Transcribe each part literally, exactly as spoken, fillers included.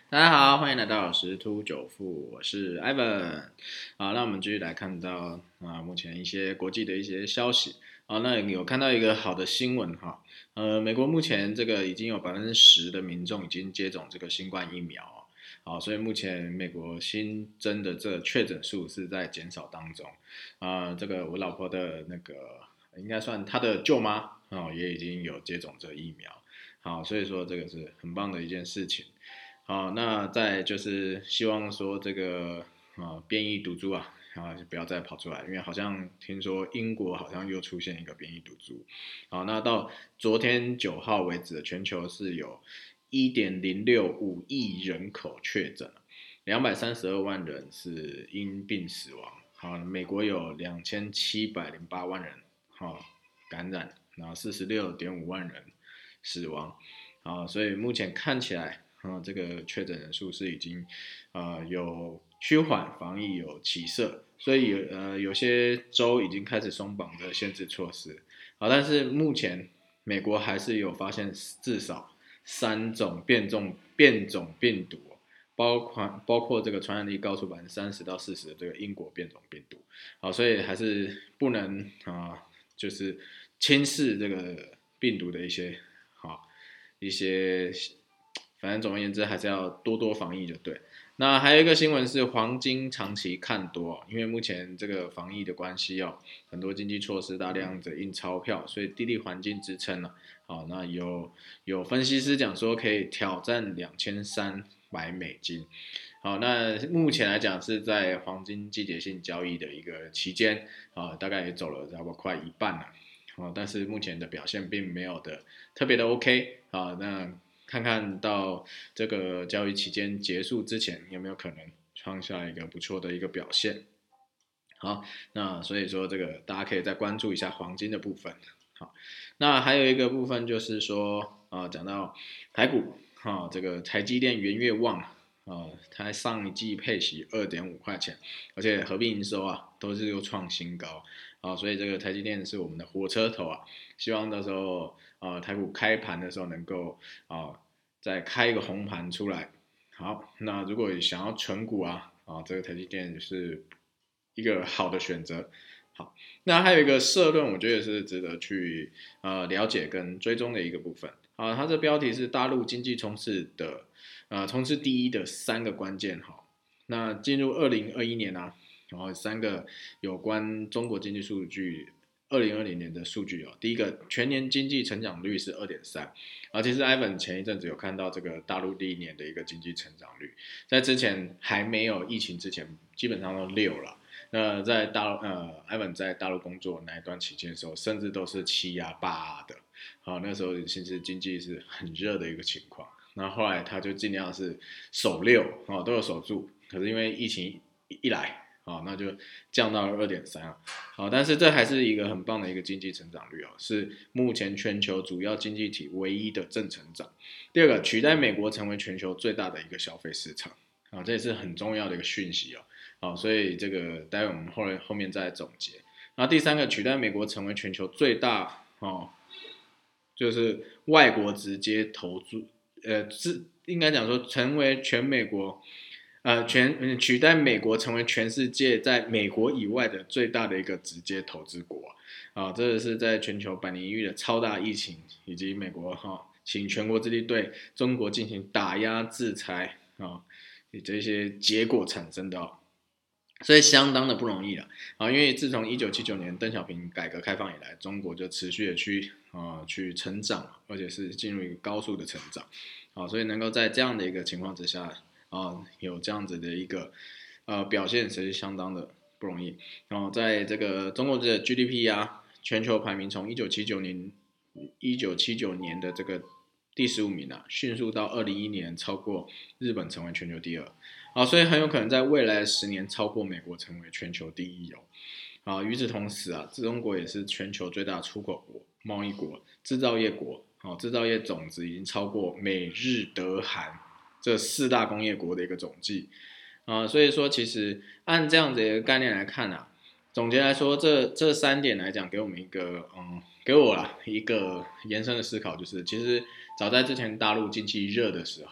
大家好，欢迎来到十突九富，我是 Ivan。好，那我们继续来看到啊，目前一些国际的一些消息。好，那有看到一个好的新闻哈，呃，美国目前这个已经有百分之十的民众已经接种这个新冠疫苗哦，好，所以目前美国新增的这个确诊数是在减少当中。啊、呃这个我老婆的那个应该算她的舅妈哦，也已经有接种这个疫苗。好，所以说这个是很棒的一件事情。好，那再就是希望说这个呃变异毒株啊，啊不要再跑出来，因为好像听说英国好像又出现一个变异毒株。好，那到昨天九号为止，全球是有一点零六五亿人口确诊，两百三十二万人是因病死亡。好，美国有两千七百零八万人好感染，然后四十六点五万人死亡。啊，所以目前看起来，啊，这个确诊人数是已经，呃，有趋缓，防疫有起色，所以有呃有些州已经开始松绑的限制措施。好，但是目前美国还是有发现至少三种变种变种病毒，包括包括这个传染力高出百分之三十到四十的这个英国变种病毒。好，所以还是不能啊、呃就是轻视这个病毒的一些好。一些，反正总而言之还是要多多防疫就对。那还有一个新闻是黄金长期看多，因为目前这个防疫的关系哦，很多经济措施大量的印钞票，所以地利环境支撑了。好，那有有分析师讲说可以挑战两千三百美金。好，那目前来讲是在黄金季节性交易的一个期间啊，大概也走了差不多快一半了。啊，但是目前的表现并没有的特别的 OK 啊，那看看到这个交易期间结束之前有没有可能创下一个不错的一个表现。好，那所以说这个大家可以再关注一下黄金的部分。好，那还有一个部分就是说啊，讲到台股啊，这个台积电元月旺啊，它上一季配息二点五块钱，而且合并营收啊都是又创新高啊，所以这个台积电是我们的火车头啊，希望到时候啊台股开盘的时候能够啊再开一个红盘出来。好，那如果想要存股啊啊，这个台积电是一个好的选择。好，那还有一个社论，我觉得是值得去呃了解跟追踪的一个部分。啊，它这标题是大陆经济冲刺的呃冲刺第一的三个关键。哈，那进入二零二一年啊，然后三个有关中国经济数据。二零二零年的数据哦，第一个全年经济成长率是二点三，啊，其实 Ivan 前一阵子有看到这个大陆第一年的一个经济成长率，在之前还没有疫情之前，基本上都六了。那在大陆呃，Ivan 在大陆工作那一段期间的时候，甚至都是七呀八的。好，那时候其实经济是很热的一个情况。那后来他就尽量是守六哦，都有守住。可是因为疫情一来，好，那就降到了二点三啊。好，但是这还是一个很棒的一个经济成长率哦，是目前全球主要经济体唯一的正成长。第二个，取代美国成为全球最大的一个消费市场啊，这也是很重要的一个讯息哦。好，所以这个待会我们后来后面再总结。然后第三个，取代美国成为全球最大哦，就是外国直接投资，呃，是应该讲说成为全美国，呃，全取代美国成为全世界在美国以外的最大的一个直接投资国啊，这是在全球百年一遇的超大疫情以及美国哈、哦、请全国之力对中国进行打压制裁啊，这些结果产生的哦。所以相当的不容易了啊！因为自从一九七九年邓小平改革开放以来，中国就持续的去啊、呃、去成长，而且是进入一个高速的成长啊，所以能够在这样的一个情况之下啊，有这样子的一个呃表现，其实相当的不容易。然后在这个中国的 G D P 啊，全球排名从一九七九年一九七九年的这个第十五名啊，迅速到二零一一年超过日本，成为全球第二。啊，所以很有可能在未来十年超过美国，成为全球第一哦。啊，与此同时啊，中国也是全球最大的出口国、贸易国、制造业国。好、制造业总值已经超过美日德韩这四大工业国的一个总计。啊，所以说其实按这样子的概念来看啊，总结来说，这这三点来讲，给我们一个嗯，给我啦一个延伸的思考，就是其实早在之前大陆经济热的时候。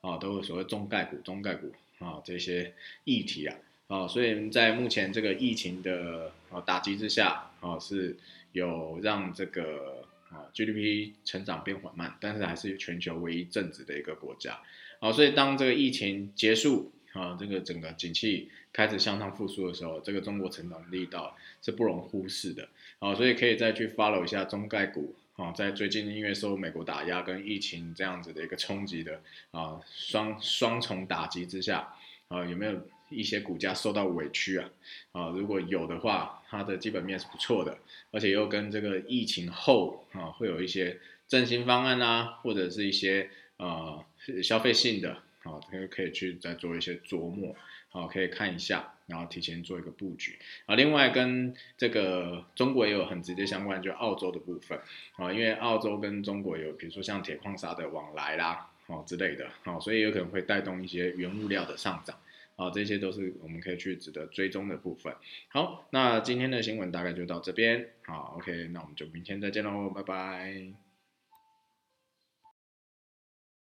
啊，都有所谓中概股、中概股啊这些议题啊。啊，所以在目前这个疫情的啊打击之下，啊是有让这个啊 G D P 成长变缓慢，但是还是全球唯一正值的一个国家。啊，所以当这个疫情结束，啊这个整个景气开始向上复苏的时候，这个中国成长力道是不容忽视的。啊，所以可以再去 follow 一下中概股。啊，在最近因为受美国打压跟疫情这样子的一个冲击的啊双双重打击之下，啊有没有一些股价受到委屈啊？啊，如果有的话，它的基本面是不错的，而且又跟这个疫情后啊会有一些振兴方案啊，或者是一些呃消费性的，啊，可以去再做一些琢磨，啊，可以看一下，然后提前做一个布局。啊，另外跟这个中国也有很直接相关，就澳洲的部分啊，因为澳洲跟中国有比如说像铁矿砂的往来啦，哦之类的，哦，所以有可能会带动一些原物料的上涨。啊，这些都是我们可以去值得追踪的部分。好，那今天的新闻大概就到这边。好，OK，那我们就明天再见喽，拜拜。